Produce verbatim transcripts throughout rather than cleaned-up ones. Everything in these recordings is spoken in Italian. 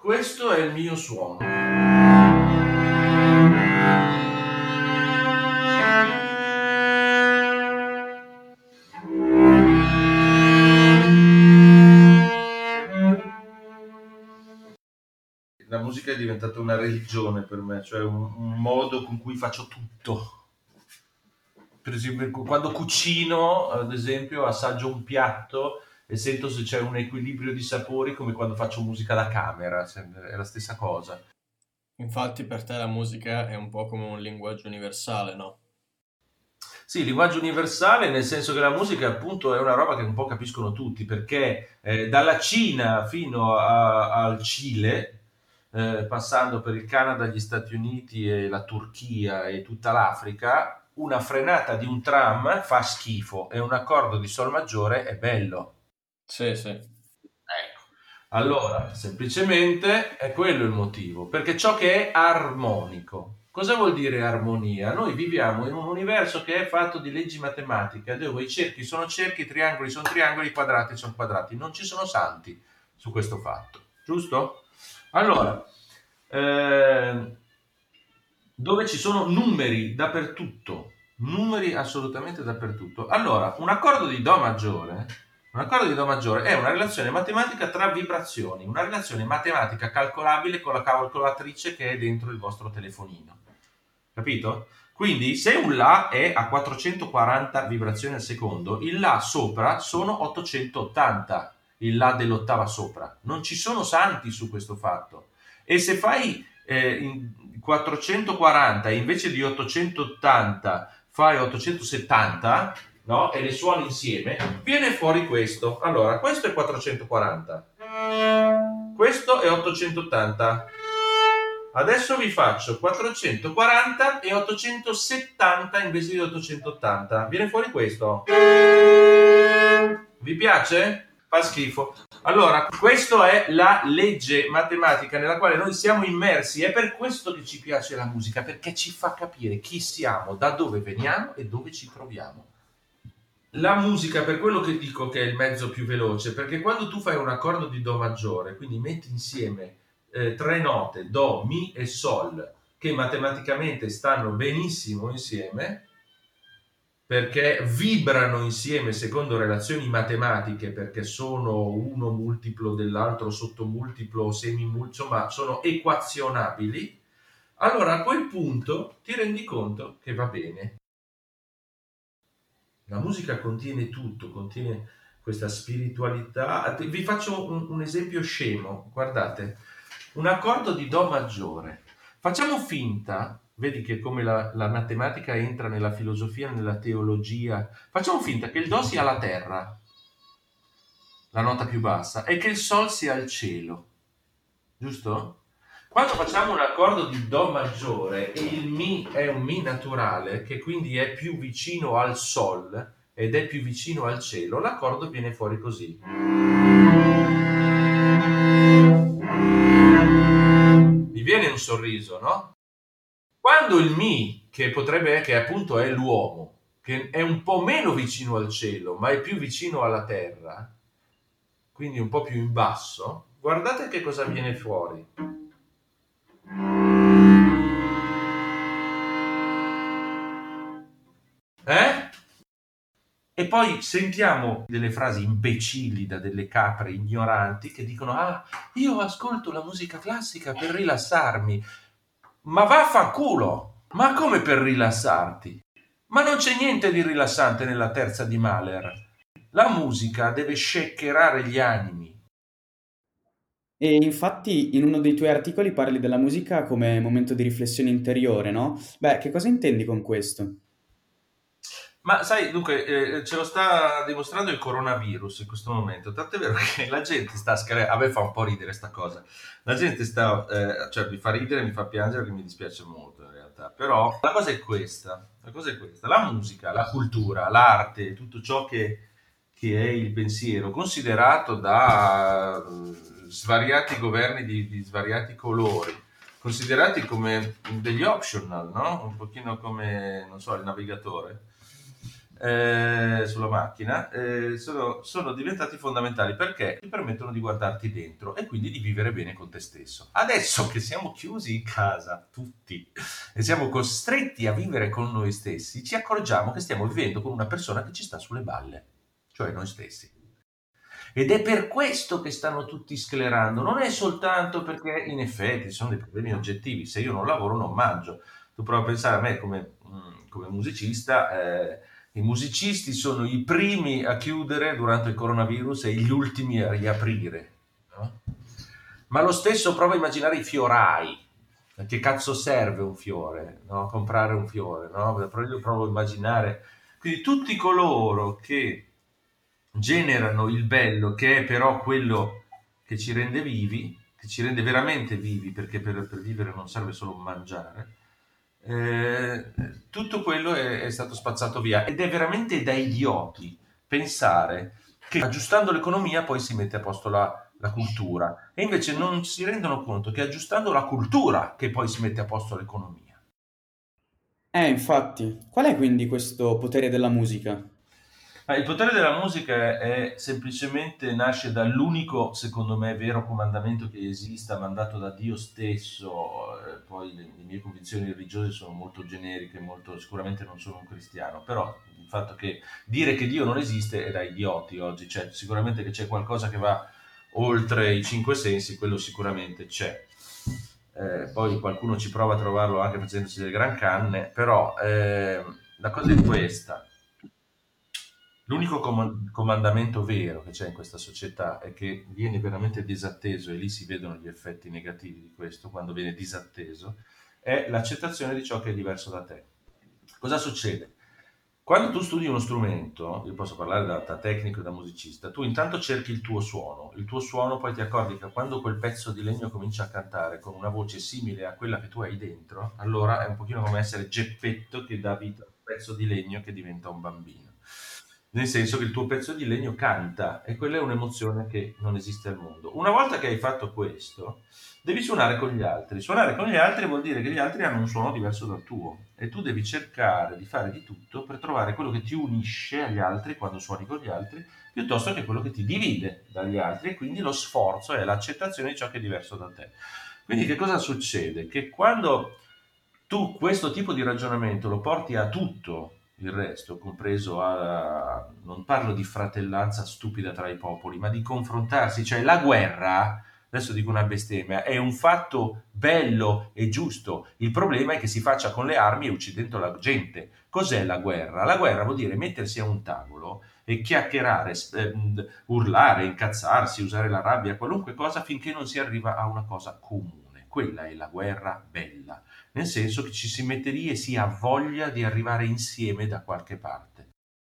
Questo è il mio suono. La musica è diventata una religione per me, cioè un, un modo con cui faccio tutto. Per esempio, quando cucino, ad esempio, assaggio un piatto e sento se c'è un equilibrio di sapori, come quando faccio musica da camera, è la stessa cosa. Infatti per te la musica è un po' come un linguaggio universale, no? Sì, linguaggio universale, nel senso che la musica appunto è una roba che un po' capiscono tutti, perché eh, dalla Cina fino a- al Cile, eh, passando per il Canada, gli Stati Uniti e la Turchia e tutta l'Africa, una frenata di un tram fa schifo e un accordo di sol maggiore è bello. Sì, sì. Ecco. Allora, semplicemente è quello il motivo, perché ciò che è armonico. Cosa vuol dire armonia? Noi viviamo in un universo che è fatto di leggi matematiche, dove i cerchi sono cerchi, i triangoli sono triangoli, i quadrati sono quadrati. Non ci sono santi su questo fatto, giusto? Allora, eh, dove ci sono numeri dappertutto, numeri assolutamente dappertutto. Allora, un accordo di Do maggiore, un accordo di Do maggiore è una relazione matematica tra vibrazioni, una relazione matematica calcolabile con la calcolatrice che è dentro il vostro telefonino. Capito? Quindi se un La è a quattrocentoquaranta vibrazioni al secondo, il La sopra sono ottocentottanta, il La dell'ottava sopra. Non ci sono santi su questo fatto. E se fai eh, in quattrocentoquaranta invece di ottocentottanta fai ottocentosettanta, no? E le suoni insieme, viene fuori questo. Allora, questo è quattrocentoquaranta, questo è ottocentottanta. Adesso vi faccio quattrocentoquaranta e ottocentosettanta invece di ottocentottanta. Viene fuori questo. Vi piace? Fa schifo. Allora, questa è la legge matematica nella quale noi siamo immersi. È per questo che ci piace la musica, perché ci fa capire chi siamo, da dove veniamo e dove ci troviamo. La musica, per quello che dico che è il mezzo più veloce, perché quando tu fai un accordo di Do maggiore, quindi metti insieme eh, tre note, Do, Mi e Sol, che matematicamente stanno benissimo insieme, perché vibrano insieme secondo relazioni matematiche, perché sono uno multiplo dell'altro sottomultiplo, semimultiplo, insomma sono equazionabili, allora a quel punto ti rendi conto che va bene. La musica contiene tutto, contiene questa spiritualità. Vi faccio un, un esempio scemo, guardate, un accordo di Do maggiore. Facciamo finta, vedi che come la, la matematica entra nella filosofia, nella teologia, facciamo finta che il Do sia la terra, la nota più bassa, e che il Sol sia il cielo, giusto? Quando facciamo un accordo di Do maggiore e il Mi è un Mi naturale, che quindi è più vicino al Sol ed è più vicino al cielo, l'accordo viene fuori così. Mi viene un sorriso, no? Quando il Mi, che potrebbe, che appunto è l'uomo, che è un po' meno vicino al cielo, ma è più vicino alla terra, quindi un po' più in basso, guardate che cosa viene fuori. Eh? E poi sentiamo delle frasi imbecilli da delle capre ignoranti che dicono: ah, io ascolto la musica classica per rilassarmi. Ma vaffanculo! Ma come per rilassarti? Ma non c'è niente di rilassante nella terza di Mahler. La musica deve shakerare gli animi. E infatti in uno dei tuoi articoli parli della musica come momento di riflessione interiore, no? Beh, che cosa intendi con questo? Ma sai, dunque, eh, ce lo sta dimostrando il coronavirus in questo momento. Tanto è vero che la gente sta scaricando. A me fa un po' ridere sta cosa. La gente sta, eh, cioè mi fa ridere, mi fa piangere, che mi dispiace molto in realtà. Però la cosa è questa: la cosa è questa. La musica, la cultura, l'arte, tutto ciò che, che è il pensiero, considerato da eh, svariati governi di, di svariati colori, considerati come degli optional, no? Un pochino come, non so, il navigatore. eh, sulla macchina, eh, sono, sono diventati fondamentali perché ti permettono di guardarti dentro e quindi di vivere bene con te stesso. Adesso che siamo chiusi in casa tutti e siamo costretti a vivere con noi stessi, ci accorgiamo che stiamo vivendo con una persona che ci sta sulle balle, cioè noi stessi. Ed è per questo che stanno tutti sclerando, non è soltanto perché in effetti ci sono dei problemi oggettivi, se io non lavoro non mangio. Tu prova a pensare a me come, mm, come musicista, eh, i musicisti sono i primi a chiudere durante il coronavirus e gli ultimi a riaprire, no? Ma lo stesso prova a immaginare i fiorai. Che cazzo serve un fiore, no? Comprare un fiore, no? Però io provo a immaginare. Quindi tutti coloro che generano il bello, che è però quello che ci rende vivi, che ci rende veramente vivi, perché per, per vivere non serve solo mangiare, eh, tutto quello è, è stato spazzato via. Ed è veramente da idioti pensare che aggiustando l'economia poi si mette a posto la, la cultura. E invece non si rendono conto che è aggiustando la cultura che poi si mette a posto l'economia. Eh, infatti, qual è quindi questo potere della musica? Ah, il potere della musica è semplicemente nasce dall'unico, secondo me, vero comandamento che esista, mandato da Dio stesso. Eh, poi le, le mie convinzioni religiose sono molto generiche, molto, sicuramente non sono un cristiano, però il fatto che dire che Dio non esiste è da idioti oggi, cioè sicuramente che c'è qualcosa che va oltre i cinque sensi, quello sicuramente c'è. Eh, poi qualcuno ci prova a trovarlo anche facendosi delle gran canne, però eh, la cosa è questa. L'unico com- comandamento vero che c'è in questa società e che viene veramente disatteso, e lì si vedono gli effetti negativi di questo, quando viene disatteso, è l'accettazione di ciò che è diverso da te. Cosa succede? Quando tu studi uno strumento, io posso parlare da, da tecnico e da musicista, tu intanto cerchi il tuo suono, il tuo suono poi ti accorgi che quando quel pezzo di legno comincia a cantare con una voce simile a quella che tu hai dentro, allora è un pochino come essere Geppetto che dà vita a un pezzo di legno che diventa un bambino. Nel senso che il tuo pezzo di legno canta e quella è un'emozione che non esiste al mondo. Una volta che hai fatto questo, devi suonare con gli altri. Suonare con gli altri vuol dire che gli altri hanno un suono diverso dal tuo e tu devi cercare di fare di tutto per trovare quello che ti unisce agli altri quando suoni con gli altri, piuttosto che quello che ti divide dagli altri, e quindi lo sforzo è l'accettazione di ciò che è diverso da te. Quindi che cosa succede? Che quando tu questo tipo di ragionamento lo porti a tutto il resto, compreso a, non parlo di fratellanza stupida tra i popoli, ma di confrontarsi, cioè la guerra, adesso dico una bestemmia, è un fatto bello e giusto, il problema è che si faccia con le armi e uccidendo la gente. Cos'è la guerra? La guerra vuol dire mettersi a un tavolo e chiacchierare, eh, urlare, incazzarsi, usare la rabbia, qualunque cosa finché non si arriva a una cosa comune. Quella è la guerra bella, nel senso che ci si mette lì e si ha voglia di arrivare insieme da qualche parte.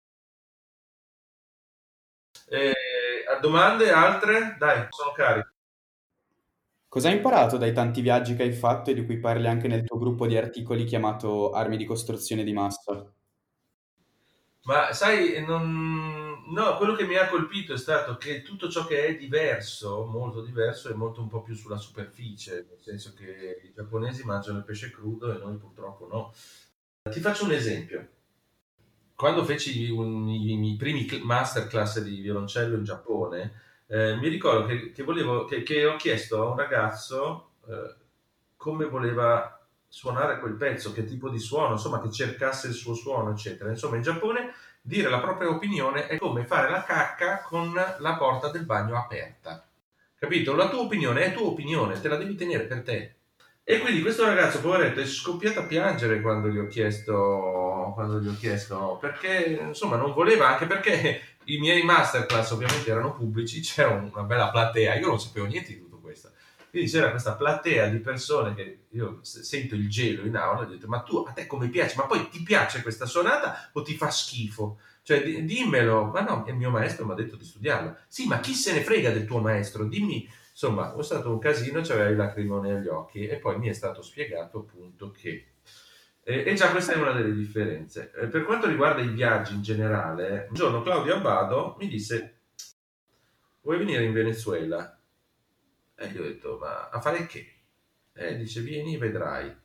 Eh, domande altre? Dai, sono carico. Cosa hai imparato dai tanti viaggi che hai fatto e di cui parli anche nel tuo gruppo di articoli chiamato Armi di costruzione di massa? Ma sai, non... no, quello che mi ha colpito è stato che tutto ciò che è diverso, molto diverso, è molto un po' più sulla superficie, nel senso che i giapponesi mangiano il pesce crudo e noi purtroppo no. Ti faccio un esempio. Quando feci un- i, i miei primi cl- masterclass di violoncello in Giappone, eh, mi ricordo che, che volevo, che, che ho chiesto a un ragazzo eh, come voleva suonare quel pezzo, che tipo di suono, insomma, che cercasse il suo suono, eccetera. Insomma, in Giappone dire la propria opinione è come fare la cacca con la porta del bagno aperta. Capito? La tua opinione è tua opinione, te la devi tenere per te. E quindi questo ragazzo, poveretto, è scoppiato a piangere quando gli ho chiesto, quando gli ho chiesto, perché insomma non voleva, anche perché i miei masterclass ovviamente erano pubblici, c'era una bella platea, io non sapevo niente di tutto questo. Quindi c'era questa platea di persone che io sento il gelo in aula e ho detto, ma tu, a te come piace? Ma poi ti piace questa sonata o ti fa schifo? Cioè di- dimmelo, ma no, il mio maestro mi ha detto di studiarla. Sì, ma chi se ne frega del tuo maestro? Dimmi. Insomma, è stato un casino, c'aveva i lacrimoni agli occhi e poi mi è stato spiegato appunto che... E, e già questa è una delle differenze. Eh, per quanto riguarda i viaggi in generale, un giorno Claudio Abbado mi disse, vuoi venire in Venezuela? E gli ho detto, ma a fare che? E dice, vieni e vedrai.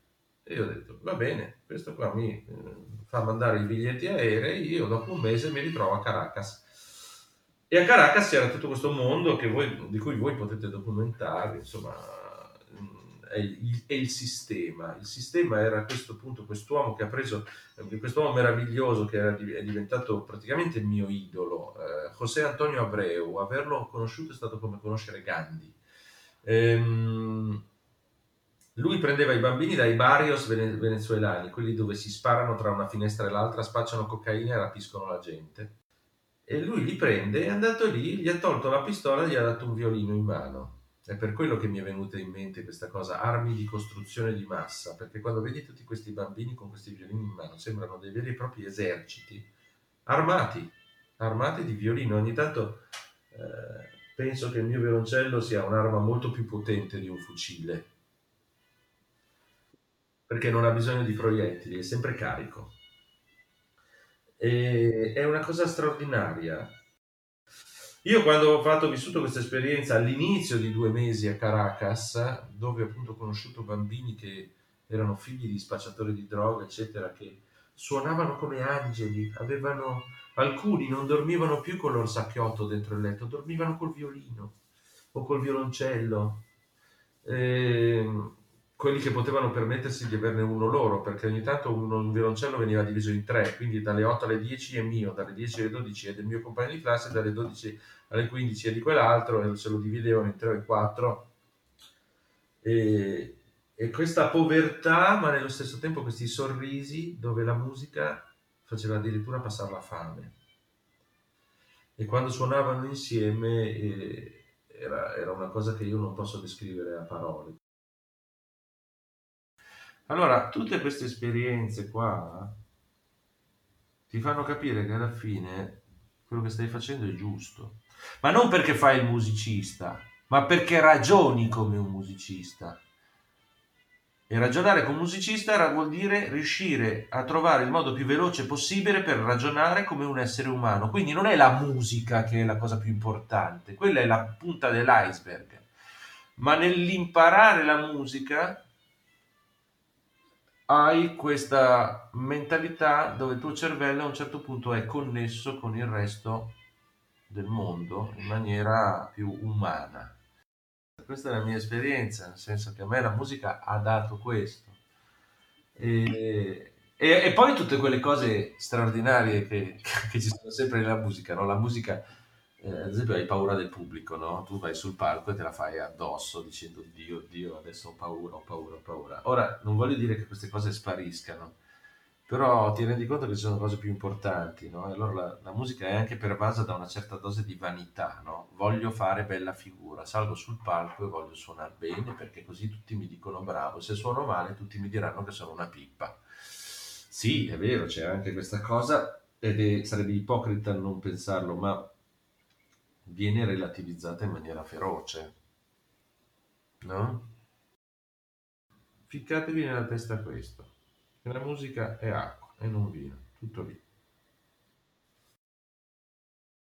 E io ho detto, va bene, questo qua mi eh, fa mandare i biglietti aerei, io dopo un mese mi ritrovo a Caracas. E a Caracas c'era tutto questo mondo che voi, di cui voi potete documentarvi, insomma, mm, è il, è il sistema. Il sistema era a questo punto quest'uomo che ha preso, eh, quest'uomo meraviglioso che era, di- è diventato praticamente il mio idolo, eh, José Antonio Abreu. Averlo conosciuto è stato come conoscere Gandhi. Ehm, Lui prendeva i bambini dai barrios vene- venezuelani, quelli dove si sparano tra una finestra e l'altra, spacciano cocaina e rapiscono la gente. E lui li prende, è andato lì, gli ha tolto la pistola e gli ha dato un violino in mano. È per quello che mi è venuta in mente questa cosa, armi di costruzione di massa, perché quando vedi tutti questi bambini con questi violini in mano, sembrano dei veri e propri eserciti, armati, armati di violino. Ogni tanto eh, penso che il mio violoncello sia un'arma molto più potente di un fucile, perché non ha bisogno di proiettili, è sempre carico. E è una cosa straordinaria. Io quando ho fatto, ho vissuto questa esperienza all'inizio di due mesi a Caracas, dove appunto ho conosciuto bambini che erano figli di spacciatori di droga, eccetera, che suonavano come angeli, avevano, alcuni non dormivano più con l'orsacchiotto dentro il letto, dormivano col violino o col violoncello. Ehm, Quelli che potevano permettersi di averne uno loro, perché ogni tanto uno- un violoncello veniva diviso in tre, quindi dalle otto alle dieci è mio, dalle dieci alle dodici è del mio compagno di classe, dalle dodici alle quindici è di quell'altro, e se lo dividevano in tre o in quattro. E, e questa povertà, ma nello stesso tempo questi sorrisi dove la musica faceva addirittura passare la fame. E quando suonavano insieme eh, era, era una cosa che io non posso descrivere a parole. Allora, tutte queste esperienze qua ti fanno capire che alla fine quello che stai facendo è giusto. Ma non perché fai il musicista, ma perché ragioni come un musicista. E ragionare come musicista era- vuol dire riuscire a trovare il modo più veloce possibile per ragionare come un essere umano. Quindi non è la musica che è la cosa più importante, quella è la punta dell'iceberg. Ma nell'imparare la musica hai questa mentalità dove il tuo cervello a un certo punto è connesso con il resto del mondo in maniera più umana. Questa è la mia esperienza, nel senso che a me la musica ha dato questo. E, e- e poi tutte quelle cose straordinarie che, che ci sono sempre nella musica, no? La musica, eh, ad esempio, hai paura del pubblico, no? Tu vai sul palco e te la fai addosso dicendo Dio, Dio, adesso ho paura, ho paura, ho paura. Ora, non voglio dire che queste cose spariscano, però ti rendi conto che ci sono cose più importanti, no? E allora la, la musica è anche pervasa da una certa dose di vanità, no? Voglio fare bella figura, salgo sul palco e voglio suonare bene perché così tutti mi dicono bravo, se suono male tutti mi diranno che sono una pippa. Sì, è vero, c'è anche questa cosa ed è- sarebbe ipocrita non pensarlo, ma viene relativizzata in maniera feroce, no? Ficcatevi nella testa questo, che la musica è acqua e non vino, tutto lì.